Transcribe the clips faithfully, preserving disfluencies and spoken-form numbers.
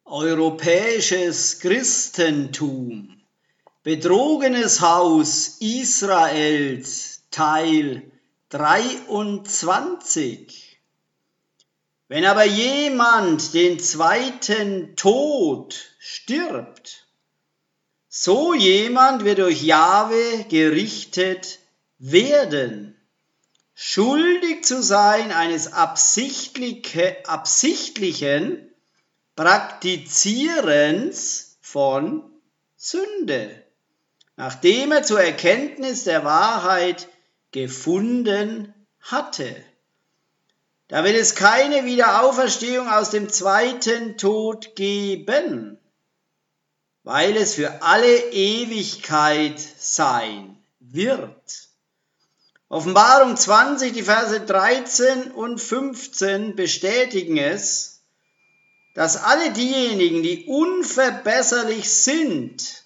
Europäisches Christentum. Betrogenes Haus Israels, Teil dreiundzwanzig. Wenn aber jemand den zweiten Tod stirbt, so jemand wird durch Jahwe gerichtet werden, schuldig zu sein eines absichtliche, absichtlichen Praktizierens von Sünde, nachdem er zur Erkenntnis der Wahrheit gefunden hatte. Da wird es keine Wiederauferstehung aus dem zweiten Tod geben, weil es für alle Ewigkeit sein wird. Offenbarung zwanzig, die Verse dreizehn und fünfzehn bestätigen es, dass alle diejenigen, die unverbesserlich sind,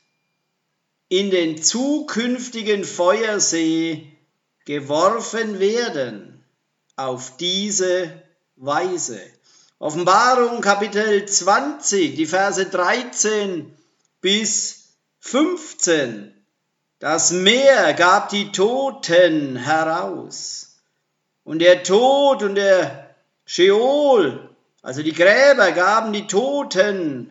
in den zukünftigen Feuersee geworfen werden, auf diese Weise. Offenbarung Kapitel zwanzig, die Verse dreizehn bis fünfzehn. Das Meer gab die Toten heraus, und der Tod und der Scheol, also die Gräber, gaben die Toten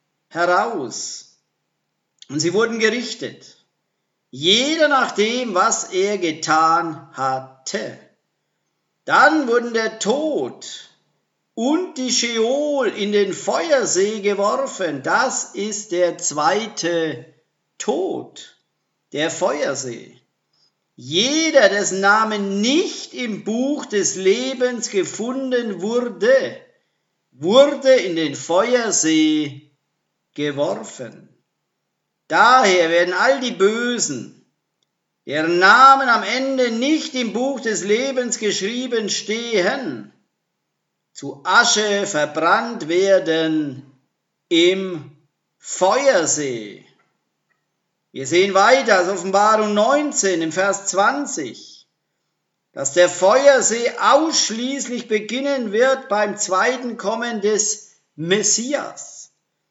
heraus, und sie wurden gerichtet, jeder nach dem, was er getan hatte. Dann wurden der Tod und die Scheol in den Feuersee geworfen. Das ist der zweite Tod, der Feuersee. Jeder, dessen Name nicht im Buch des Lebens gefunden wurde, wurde in den Feuersee geworfen. Daher werden all die Bösen, deren Namen am Ende nicht im Buch des Lebens geschrieben stehen, zu Asche verbrannt werden im Feuersee. Wir sehen weiter aus Offenbarung neunzehn im Vers zwanzig, dass der Feuersee ausschließlich beginnen wird beim zweiten Kommen des Messias,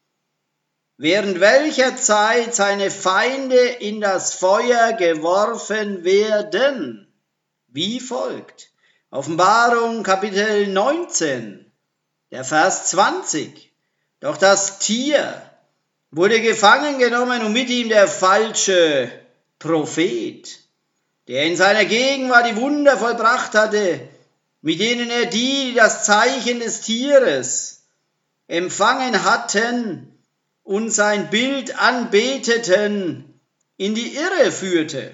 während welcher Zeit seine Feinde in das Feuer geworfen werden, wie folgt. Offenbarung Kapitel neunzehn, der Vers zwanzig. Doch das Tier wurde gefangen genommen und mit ihm der falsche Prophet, der in seiner Gegenwart die Wunder vollbracht hatte, mit denen er die, die das Zeichen des Tieres empfangen hatten und sein Bild anbeteten, in die Irre führte.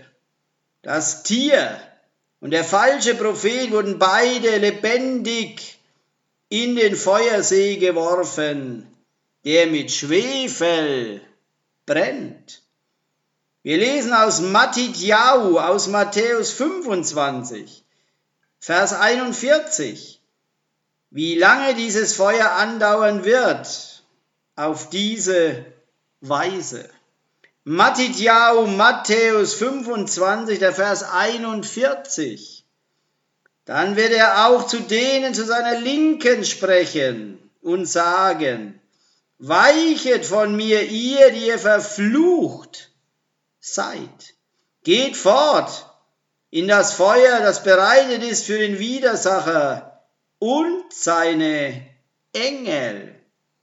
Das Tier und der falsche Prophet wurden beide lebendig in den Feuersee geworfen, der mit Schwefel brennt. Wir lesen aus Mattityahu, aus Matthäus fünfundzwanzig, Vers einundvierzig, wie lange dieses Feuer andauern wird, auf diese Weise. Mattityahu, Matthäus fünfundzwanzig, der Vers einundvierzig. Dann wird er auch zu denen zu seiner Linken sprechen und sagen: Weichet von mir, ihr, die ihr verflucht seid. Geht fort in das Feuer, das bereitet ist für den Widersacher und seine Engel.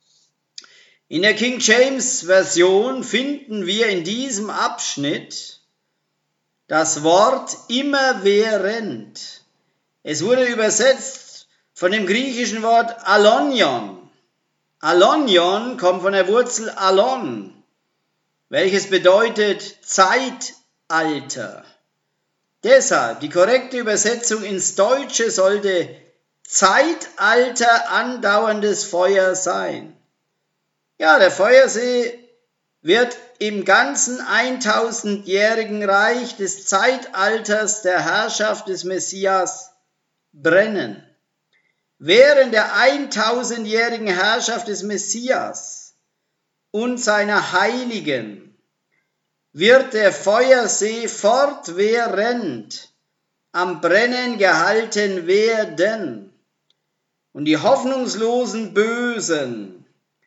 In der King James Version finden wir in diesem Abschnitt das Wort immerwährend. Es wurde übersetzt von dem griechischen Wort alonion. Alonion kommt von der Wurzel alon, welches bedeutet Zeitalter. Deshalb, die korrekte Übersetzung ins Deutsche sollte Zeitalter andauerndes Feuer sein. Ja, der Feuersee wird im ganzen tausendjährigen Reich des Zeitalters der Herrschaft des Messias brennen. Während der tausendjährigen Herrschaft des Messias und seiner Heiligen wird der Feuersee fortwährend am Brennen gehalten werden und die hoffnungslosen Bösen,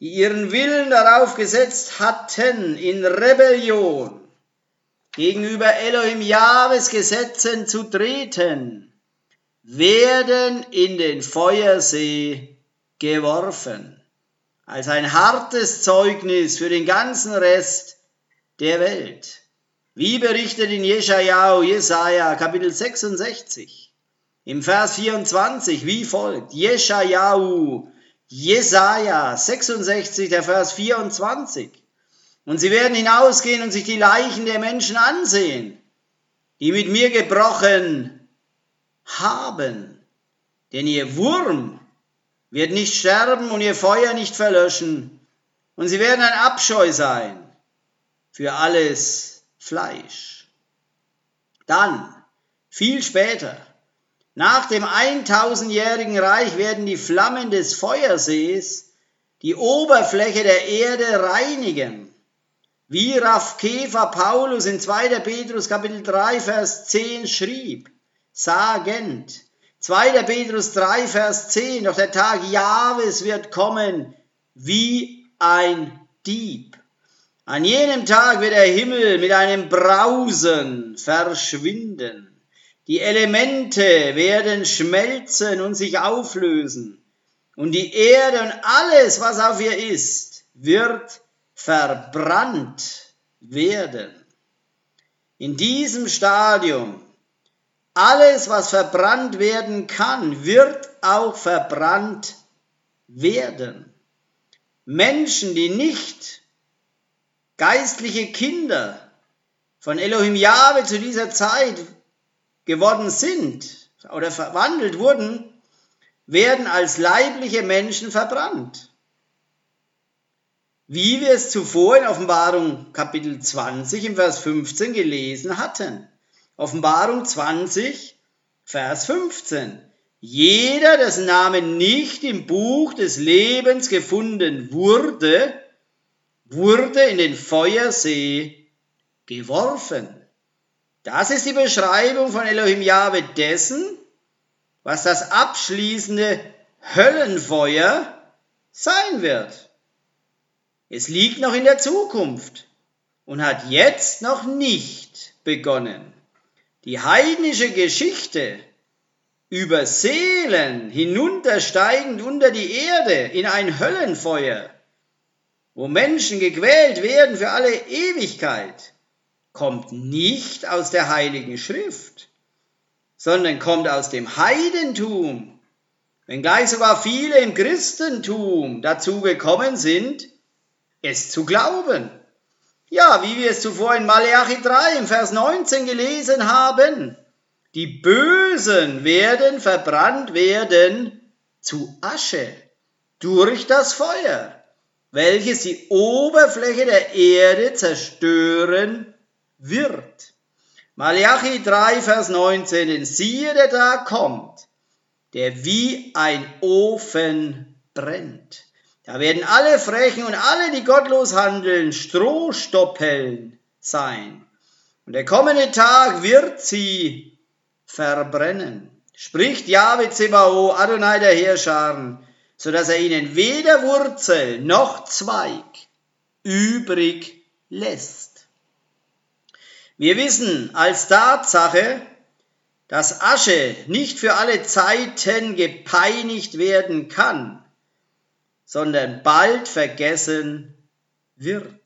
die ihren Willen darauf gesetzt hatten, in Rebellion gegenüber Elohim Jahwes Gesetzen zu treten, werden in den Feuersee geworfen, als ein hartes Zeugnis für den ganzen Rest der Welt. Wie berichtet in Jeschajahu, Jesaja, Kapitel sechsundsechzig, im Vers vierundzwanzig, wie folgt: Jeschajahu, Jesaja sechsundsechzig, der Vers vierundzwanzig. Und sie werden hinausgehen und sich die Leichen der Menschen ansehen, die mit mir gebrochen haben. Denn ihr Wurm wird nicht sterben und ihr Feuer nicht verlöschen. Und sie werden ein Abscheu sein für alles Fleisch. Dann, viel später, nach dem eintausendjährigen Reich werden die Flammen des Feuersees die Oberfläche der Erde reinigen. Wie Rav Kefa Paulus in zweiter Petrus Kapitel drei Vers zehn schrieb, sagend, zweiter Petrus drei Vers zehn, doch der Tag Jahwes wird kommen wie ein Dieb. An jenem Tag wird der Himmel mit einem Brausen verschwinden. Die Elemente werden schmelzen und sich auflösen. Und die Erde und alles, was auf ihr ist, wird verbrannt werden. In diesem Stadium, alles, was verbrannt werden kann, wird auch verbrannt werden. Menschen, die nicht geistliche Kinder von Elohim Jahwe zu dieser Zeit geworden sind oder verwandelt wurden, werden als leibliche Menschen verbrannt. Wie wir es zuvor in Offenbarung Kapitel zwanzig im Vers fünfzehn gelesen hatten. Offenbarung zwanzig, Vers fünfzehn. Jeder, dessen Name nicht im Buch des Lebens gefunden wurde, wurde in den Feuersee geworfen. Das ist die Beschreibung von Elohim Jahwe dessen, was das abschließende Höllenfeuer sein wird. Es liegt noch in der Zukunft und hat jetzt noch nicht begonnen. Die heidnische Geschichte über Seelen hinuntersteigend unter die Erde in ein Höllenfeuer, wo Menschen gequält werden für alle Ewigkeit, kommt nicht aus der Heiligen Schrift, sondern kommt aus dem Heidentum, wenngleich sogar viele im Christentum dazu gekommen sind, es zu glauben. Ja, wie wir es zuvor in Maleachi drei im Vers neunzehn gelesen haben, die Bösen werden verbrannt werden zu Asche durch das Feuer, welches die Oberfläche der Erde zerstören wird. Maleachi drei, Vers neunzehn, denn siehe, der Tag kommt, der wie ein Ofen brennt. Da werden alle Frechen und alle, die gottlos handeln, Strohstoppeln sein. Und der kommende Tag wird sie verbrennen. Spricht Jahwe Zebaoth, Adonai der Heerscharen, so dass er ihnen weder Wurzel noch Zweig übrig lässt. Wir wissen als Tatsache, dass Asche nicht für alle Zeiten gepeinigt werden kann, sondern bald vergessen wird.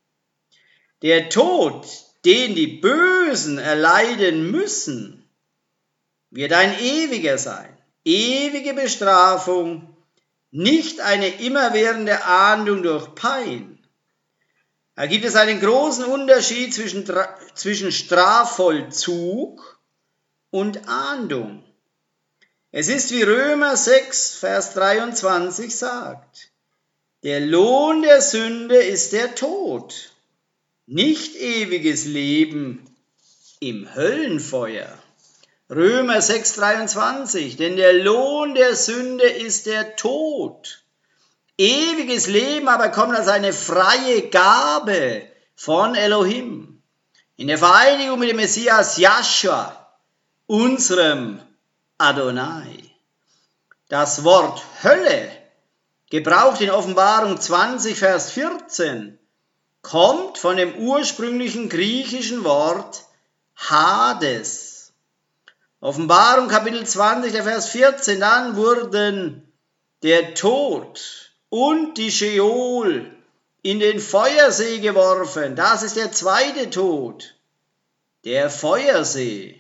Der Tod, den die Bösen erleiden müssen, wird ein ewiger sein, ewige Bestrafung, nicht eine immerwährende Ahndung durch Pein. Da gibt es einen großen Unterschied zwischen, zwischen Strafvollzug und Ahndung. Es ist wie Römer sechs, Vers dreiundzwanzig sagt, der Lohn der Sünde ist der Tod, nicht ewiges Leben im Höllenfeuer. Römer sechs, dreiundzwanzig, denn der Lohn der Sünde ist der Tod. Ewiges Leben aber kommt als eine freie Gabe von Elohim. In der Vereinigung mit dem Messias Joshua, unserem Adonai. Das Wort Hölle gebraucht in Offenbarung zwanzig, Vers vierzehn, kommt von dem ursprünglichen griechischen Wort Hades. Offenbarung Kapitel zwanzig, der Vers vierzehn, dann wurden der Tod und die Scheol in den Feuersee geworfen. Das ist der zweite Tod, der Feuersee.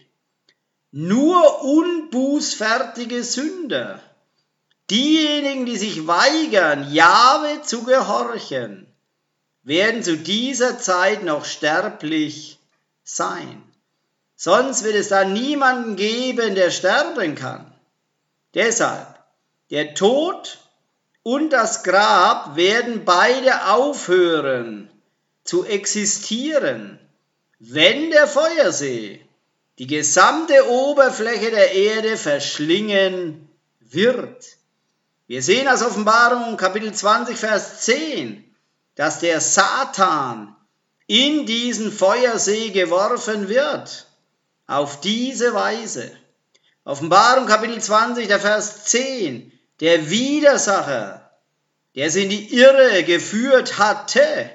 Nur unbußfertige Sünder, diejenigen, die sich weigern, Jahwe zu gehorchen, werden zu dieser Zeit noch sterblich sein. Sonst wird es da niemanden geben, der sterben kann. Deshalb, der Tod und das Grab werden beide aufhören zu existieren, wenn der Feuersee die gesamte Oberfläche der Erde verschlingen wird. Wir sehen aus Offenbarung Kapitel zwanzig, Vers zehn, dass der Satan in diesen Feuersee geworfen wird. Auf diese Weise. Offenbarung Kapitel zwanzig, der Vers zehn. Der Widersacher, der sie in die Irre geführt hatte,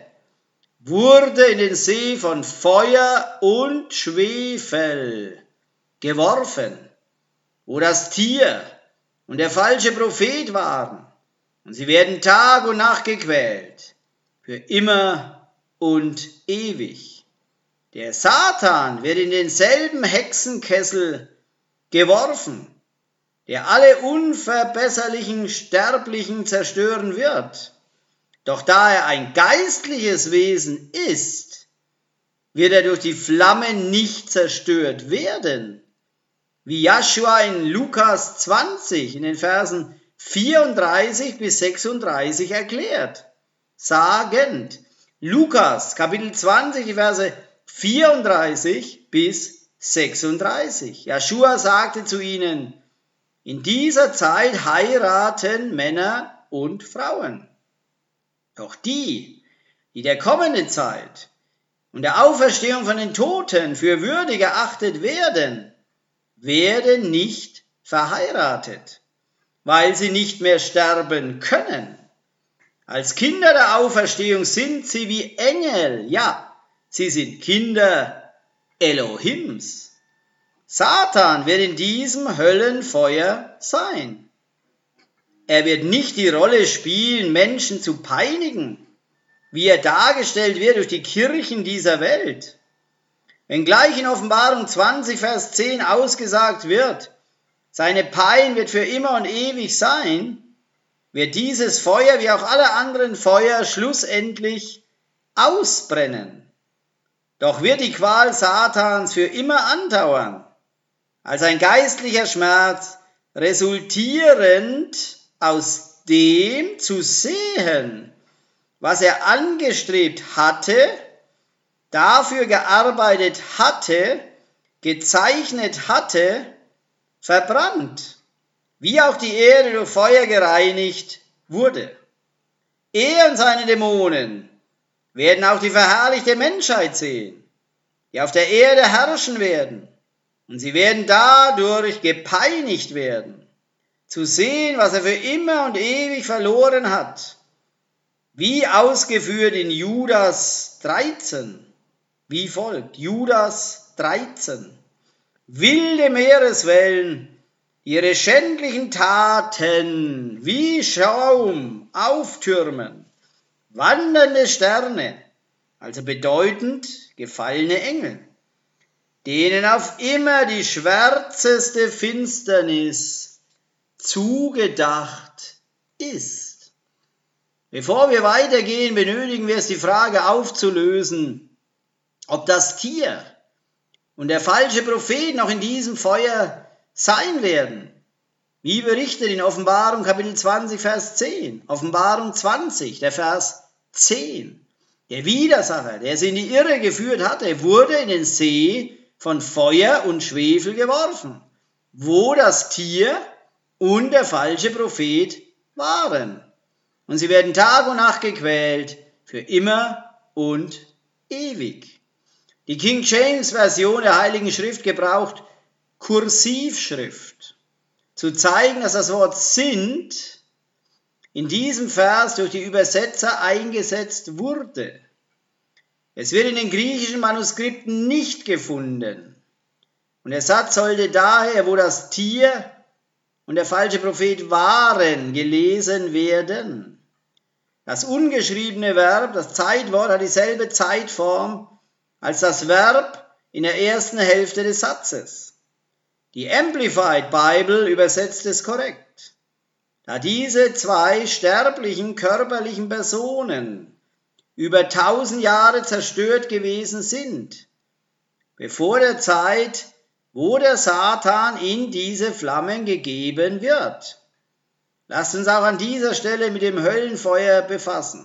wurde in den See von Feuer und Schwefel geworfen, wo das Tier und der falsche Prophet waren. Und sie werden Tag und Nacht gequält, für immer und ewig. Der Satan wird in denselben Hexenkessel geworfen, der alle unverbesserlichen Sterblichen zerstören wird. Doch da er ein geistliches Wesen ist, wird er durch die Flamme nicht zerstört werden, wie Joshua in Lukas zwanzig in den Versen vierunddreißig bis sechsunddreißig erklärt, sagend, Lukas Kapitel zwanzig, die Verse vierunddreißig bis sechsunddreißig. Joshua sagte zu ihnen, in dieser Zeit heiraten Männer und Frauen. Doch die, die der kommenden Zeit und der Auferstehung von den Toten für würdig erachtet werden, werden nicht verheiratet, weil sie nicht mehr sterben können. Als Kinder der Auferstehung sind sie wie Engel, ja, sie sind Kinder Elohims. Satan wird in diesem Höllenfeuer sein. Er wird nicht die Rolle spielen, Menschen zu peinigen, wie er dargestellt wird durch die Kirchen dieser Welt. Wenngleich in Offenbarung zwanzig, Vers zehn ausgesagt wird, seine Pein wird für immer und ewig sein, wird dieses Feuer wie auch alle anderen Feuer schlussendlich ausbrennen. Doch wird die Qual Satans für immer andauern, als ein geistlicher Schmerz, resultierend aus dem zu sehen, was er angestrebt hatte, dafür gearbeitet hatte, gezeichnet hatte, verbrannt, wie auch die Erde durch Feuer gereinigt wurde. Er und seine Dämonen werden auch die verherrlichte Menschheit sehen, die auf der Erde herrschen werden, und sie werden dadurch gepeinigt werden, zu sehen, was er für immer und ewig verloren hat, wie ausgeführt in Judas dreizehn, wie folgt, Judas dreizehn, wilde Meereswellen, ihre schändlichen Taten wie Schaum auftürmen, wandernde Sterne, also bedeutend gefallene Engel, denen auf immer die schwärzeste Finsternis zugedacht ist. Bevor wir weitergehen, benötigen wir es, die Frage aufzulösen, ob das Tier und der falsche Prophet noch in diesem Feuer sein werden. Wie berichtet in Offenbarung Kapitel zwanzig, Vers zehn. Offenbarung zwanzig, der Vers zehn. Der Widersacher, der sie in die Irre geführt hatte, wurde in den See von Feuer und Schwefel geworfen, wo das Tier und der falsche Prophet waren. Und sie werden Tag und Nacht gequält, für immer und ewig. Die King James Version der Heiligen Schrift gebraucht Kursivschrift, zu zeigen, dass das Wort sind in diesem Vers durch die Übersetzer eingesetzt wurde. Es wird in den griechischen Manuskripten nicht gefunden. Und der Satz sollte daher, wo das Tier und der falsche Prophet waren, gelesen werden. Das ungeschriebene Verb, das Zeitwort, hat dieselbe Zeitform als das Verb in der ersten Hälfte des Satzes. Die Amplified Bible übersetzt es korrekt. Da diese zwei sterblichen körperlichen Personen über tausend Jahre zerstört gewesen sind, bevor der Zeit, wo der Satan in diese Flammen gegeben wird. Lasst uns auch an dieser Stelle mit dem Höllenfeuer befassen,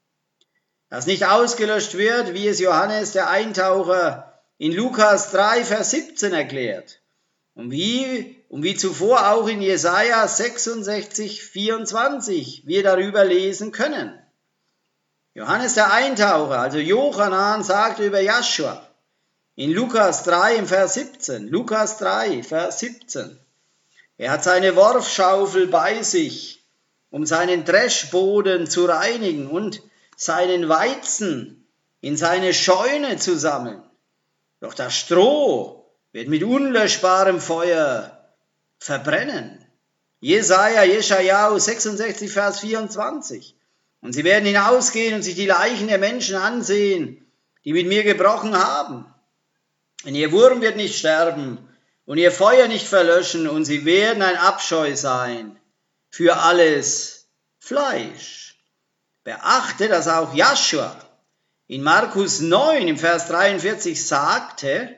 das nicht ausgelöscht wird, wie es Johannes der Eintaucher in Lukas drei, Vers siebzehn erklärt, und wie, und wie zuvor auch in Jesaja sechsundsechzig, vierundzwanzig wir darüber lesen können. Johannes der Eintaucher, also Johannan, sagte über Joshua in Lukas drei, im Vers siebzehn, Lukas drei, Vers siebzehn, er hat seine Worfschaufel bei sich, um seinen Dreschboden zu reinigen und seinen Weizen in seine Scheune zu sammeln. Doch das Stroh wird mit unlöschbarem Feuer verbrennen. Jesaja, Jeschajau sechsundsechzig, Vers vierundzwanzig. Und sie werden hinausgehen und sich die Leichen der Menschen ansehen, die mit mir gebrochen haben. Denn ihr Wurm wird nicht sterben und ihr Feuer nicht verlöschen, und sie werden ein Abscheu sein für alles Fleisch. Beachte, dass auch Joshua in Markus neun im Vers dreiundvierzig sagte,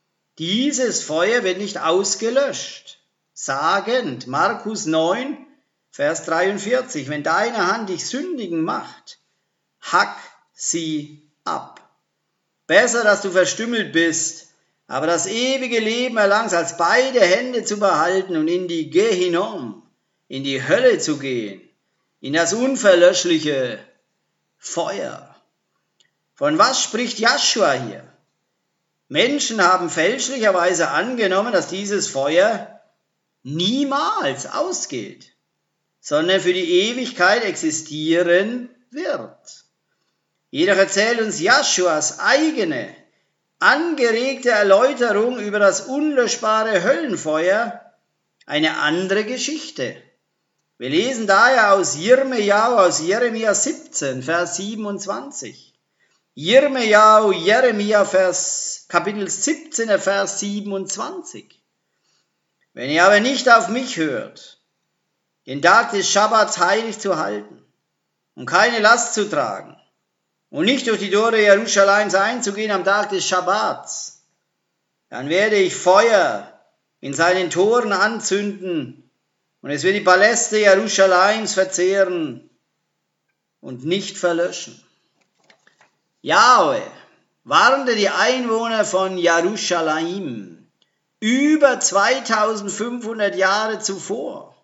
dieses Feuer wird nicht ausgelöscht. Sagend, Markus neun, Vers dreiundvierzig, wenn deine Hand dich sündigen macht, hack sie ab. Besser, dass du verstümmelt bist, aber das ewige Leben erlangst, als beide Hände zu behalten und in die Gehinnom, in die Hölle zu gehen, in das unverlöschliche Feuer. Von was spricht Joshua hier? Menschen haben fälschlicherweise angenommen, dass dieses Feuer niemals ausgeht, sondern für die Ewigkeit existieren wird. Jedoch erzählt uns Joshuas eigene, angeregte Erläuterung über das unlöschbare Höllenfeuer eine andere Geschichte. Wir lesen daher aus Jirmejau, aus Jeremia siebzehn, Vers siebenundzwanzig. Jirmejau, Jeremia, Vers, Kapitel siebzehn, Vers siebenundzwanzig. Wenn ihr aber nicht auf mich hört, den Tag des Schabbats heilig zu halten und keine Last zu tragen und nicht durch die Tore Jerusalems einzugehen am Tag des Schabbats, dann werde ich Feuer in seinen Toren anzünden und es wird die Paläste Jerusalems verzehren und nicht verlöschen. Jahwe warnte die Einwohner von Jerusalem über zweitausendfünfhundert Jahre zuvor,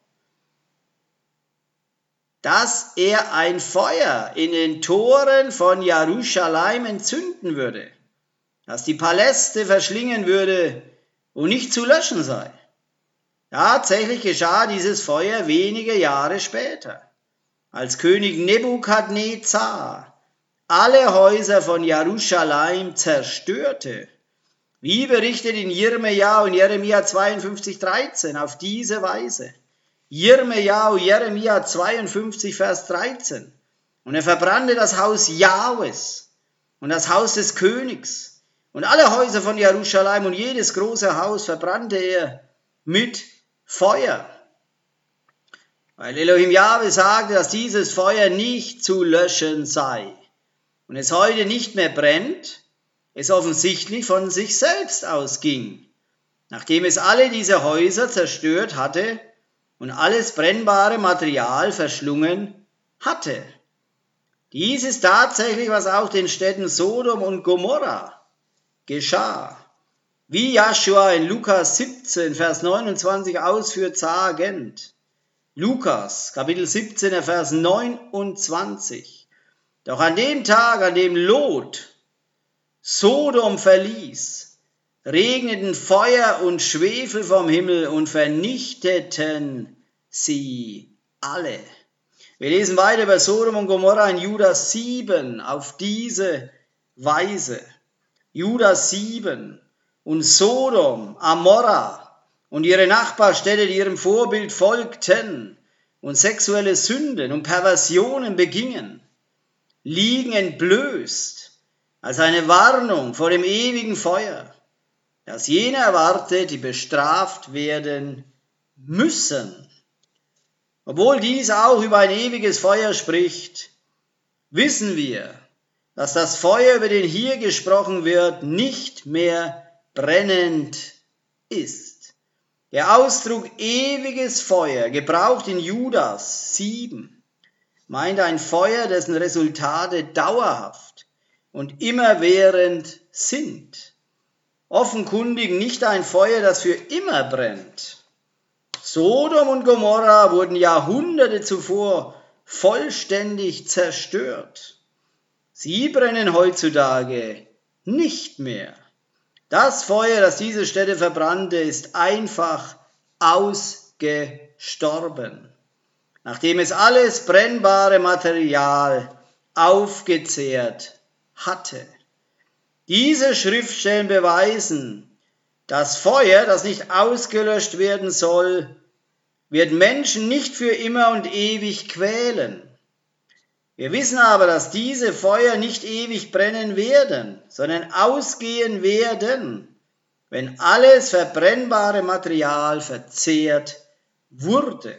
dass er ein Feuer in den Toren von Jerusalem entzünden würde, das die Paläste verschlingen würde und nicht zu löschen sei. Tatsächlich geschah dieses Feuer wenige Jahre später, als König Nebukadnezar alle Häuser von Jerusalem zerstörte, wie berichtet in Jirmejau und Jeremia zweiundfünfzig, dreizehn, auf diese Weise. Jirmejau, Jeremia zweiundfünfzig, Vers dreizehn. Und er verbrannte das Haus Jahwes und das Haus des Königs und alle Häuser von Jerusalem und jedes große Haus verbrannte er mit Feuer. Weil Elohim Jahwe sagte, dass dieses Feuer nicht zu löschen sei und es heute nicht mehr brennt, es offensichtlich von sich selbst ausging, nachdem es alle diese Häuser zerstört hatte und alles brennbare Material verschlungen hatte. Dies ist tatsächlich, was auch den Städten Sodom und Gomorra geschah. Wie Joshua in Lukas siebzehn, Vers neunundzwanzig ausführt, sagend. Lukas, Kapitel siebzehn, Vers neunundzwanzig. Doch an dem Tag, an dem Lot Sodom verließ, regneten Feuer und Schwefel vom Himmel und vernichteten sie alle. Wir lesen weiter über Sodom und Gomorra in Juda sieben auf diese Weise. Juda sieben und Sodom, Amorra und ihre Nachbarstädte, die ihrem Vorbild folgten und sexuelle Sünden und Perversionen begingen, liegen entblößt als eine Warnung vor dem ewigen Feuer, das jene erwartet, die bestraft werden müssen. Obwohl dies auch über ein ewiges Feuer spricht, wissen wir, dass das Feuer, über den hier gesprochen wird, nicht mehr brennend ist. Der Ausdruck ewiges Feuer, gebraucht in Judas sieben, meint ein Feuer, dessen Resultate dauerhaft und immerwährend sind. Offenkundig nicht ein Feuer, das für immer brennt. Sodom und Gomorra wurden Jahrhunderte zuvor vollständig zerstört. Sie brennen heutzutage nicht mehr. Das Feuer, das diese Städte verbrannte, ist einfach ausgestorben, nachdem es alles brennbare Material aufgezehrt hatte. Diese Schriftstellen beweisen, das Feuer, das nicht ausgelöscht werden soll, wird Menschen nicht für immer und ewig quälen. Wir wissen aber, dass diese Feuer nicht ewig brennen werden, sondern ausgehen werden, wenn alles verbrennbare Material verzehrt wurde.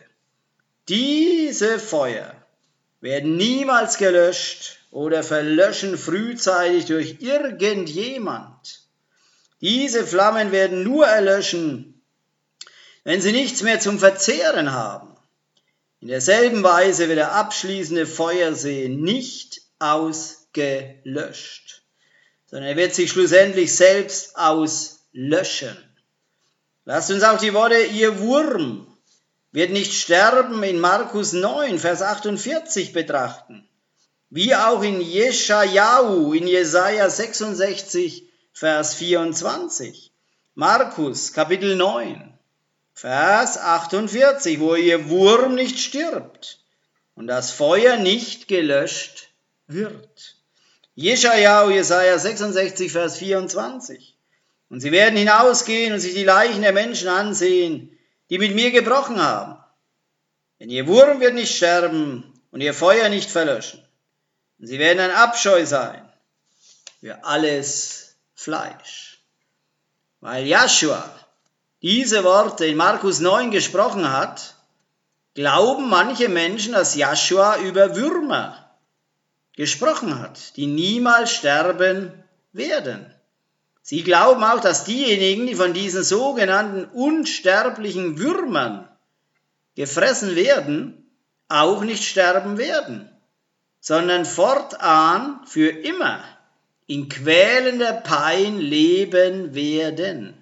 Diese Feuer werden niemals gelöscht oder verlöschen frühzeitig durch irgendjemand. Diese Flammen werden nur erlöschen, wenn sie nichts mehr zum Verzehren haben. In derselben Weise wird der abschließende Feuersee nicht ausgelöscht, sondern er wird sich schlussendlich selbst auslöschen. Lasst uns auch die Worte, ihr Wurm wird nicht sterben, in Markus neun, Vers achtundvierzig betrachten, wie auch in Jeschajahu, in Jesaja sechsundsechzig, Vers vierundzwanzig. Markus, Kapitel neun. Vers achtundvierzig, wo ihr Wurm nicht stirbt und das Feuer nicht gelöscht wird. Jeschajahu, Jesaja sechsundsechzig, Vers vierundzwanzig. Und sie werden hinausgehen und sich die Leichen der Menschen ansehen, die mit mir gebrochen haben. Denn ihr Wurm wird nicht sterben und ihr Feuer nicht verlöschen. Und sie werden ein Abscheu sein für alles Fleisch. Weil Joshua diese Worte in Markus neun gesprochen hat, glauben manche Menschen, dass Joshua über Würmer gesprochen hat, die niemals sterben werden. Sie glauben auch, dass diejenigen, die von diesen sogenannten unsterblichen Würmern gefressen werden, auch nicht sterben werden, sondern fortan für immer in quälender Pein leben werden.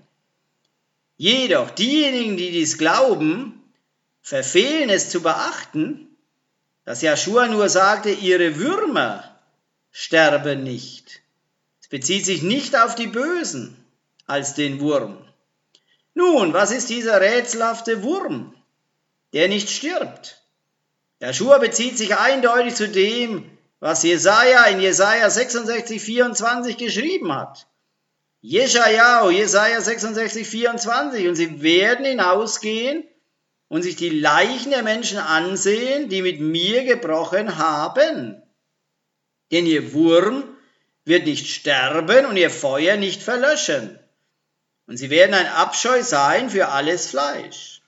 Jedoch diejenigen, die dies glauben, verfehlen es zu beachten, dass Joshua nur sagte, ihre Würmer sterben nicht. Es bezieht sich nicht auf die Bösen als den Wurm. Nun, was ist dieser rätselhafte Wurm, der nicht stirbt? Joshua bezieht sich eindeutig zu dem, was Jesaja in Jesaja sechsundsechzig, vierundzwanzig geschrieben hat. Jeschajahu, Jesaja sechsundsechzig, vierundzwanzig. Und sie werden hinausgehen und sich die Leichen der Menschen ansehen, die mit mir gebrochen haben. Denn ihr Wurm wird nicht sterben und ihr Feuer nicht verlöschen. Und sie werden ein Abscheu sein für alles Fleisch.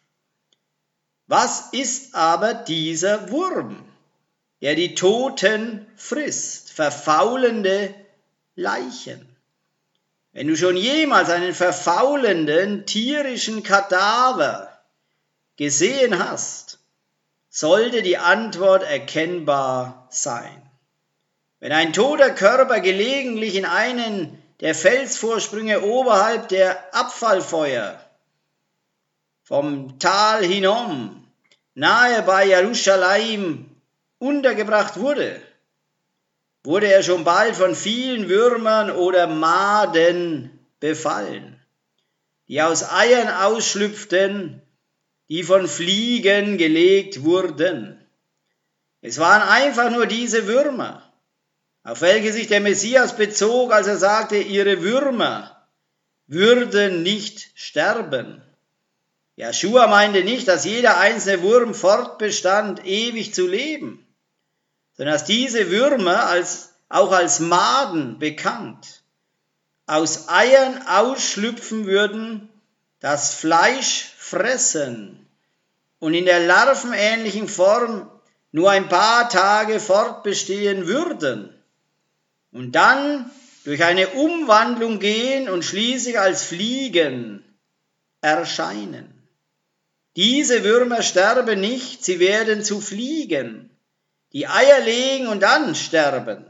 Was ist aber dieser Wurm, der die Toten frisst, verfaulende Leichen? Wenn du schon jemals einen verfaulenden tierischen Kadaver gesehen hast, sollte die Antwort erkennbar sein. Wenn ein toter Körper gelegentlich in einen der Felsvorsprünge oberhalb der Abfallfeuer vom Tal Hinnom nahe bei Jerusalem untergebracht wurde, wurde er schon bald von vielen Würmern oder Maden befallen, die aus Eiern ausschlüpften, die von Fliegen gelegt wurden. Es waren einfach nur diese Würmer, auf welche sich der Messias bezog, als er sagte, ihre Würmer würden nicht sterben. Jeschua meinte nicht, dass jeder einzelne Wurm fortbestand, ewig zu leben, sondern dass diese Würmer als, auch als Maden bekannt aus Eiern ausschlüpfen würden, das Fleisch fressen und in der larvenähnlichen Form nur ein paar Tage fortbestehen würden und dann durch eine Umwandlung gehen und schließlich als Fliegen erscheinen. Diese Würmer sterben nicht, sie werden zu Fliegen, die Eier legen und dann sterben.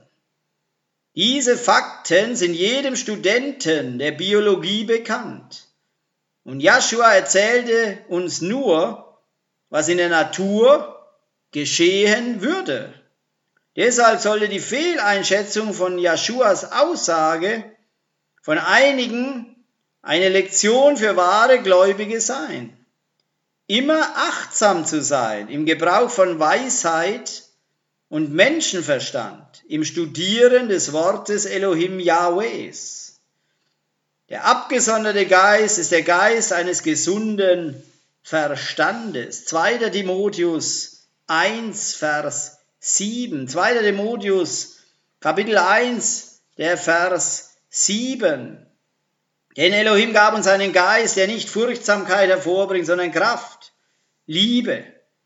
Diese Fakten sind jedem Studenten der Biologie bekannt. Und Jeschua erzählte uns nur, was in der Natur geschehen würde. Deshalb sollte die Fehleinschätzung von Jeschuas Aussage von einigen eine Lektion für wahre Gläubige sein. Immer achtsam zu sein im Gebrauch von Weisheit und Menschenverstand, im Studieren des Wortes Elohim Jahwehs. Der abgesonderte Geist ist der Geist eines gesunden Verstandes. zweiter Timotheus eins, Vers sieben. zweiter Timotheus, Kapitel eins, der Vers sieben. Denn Elohim gab uns einen Geist, der nicht Furchtsamkeit hervorbringt, sondern Kraft, Liebe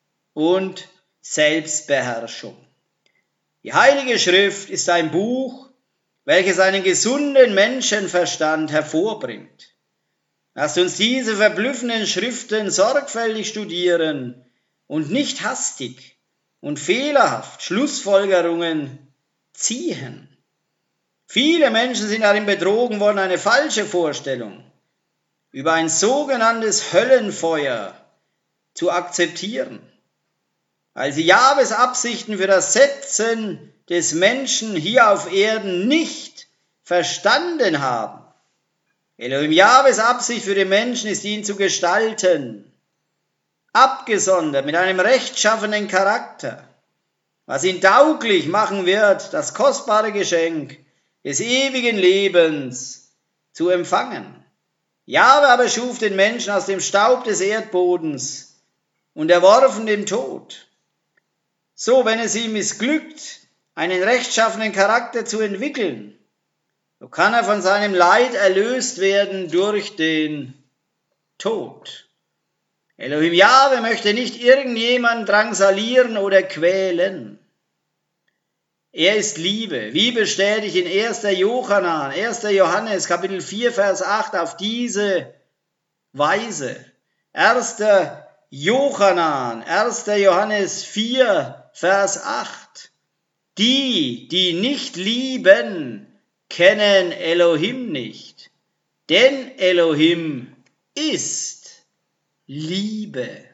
und Selbstbeherrschung. Die Heilige Schrift ist ein Buch, welches einen gesunden Menschenverstand hervorbringt. Lasst uns diese verblüffenden Schriften sorgfältig studieren und nicht hastig und fehlerhaft Schlussfolgerungen ziehen. Viele Menschen sind darin betrogen worden, eine falsche Vorstellung über ein sogenanntes Höllenfeuer zu akzeptieren, weil sie Jahwes Absichten für das Setzen des Menschen hier auf Erden nicht verstanden haben. Elohim Jahwes Absicht für den Menschen ist, ihn zu gestalten, abgesondert mit einem rechtschaffenen Charakter, was ihn tauglich machen wird, das kostbare Geschenk des ewigen Lebens zu empfangen. Jahwe aber schuf den Menschen aus dem Staub des Erdbodens und erworfen dem Tod. So, wenn es ihm missglückt, einen rechtschaffenen Charakter zu entwickeln, so kann er von seinem Leid erlöst werden durch den Tod. Elohim Jahwe möchte nicht irgendjemanden drangsalieren oder quälen. Er ist Liebe, wie bestätigt in erster Johannes, erster Johannes, Kapitel vier, Vers acht, auf diese Weise. erster Johannes, erster Johannes vier, Vers acht. Die, die nicht lieben, kennen Elohim nicht, denn Elohim ist Liebe.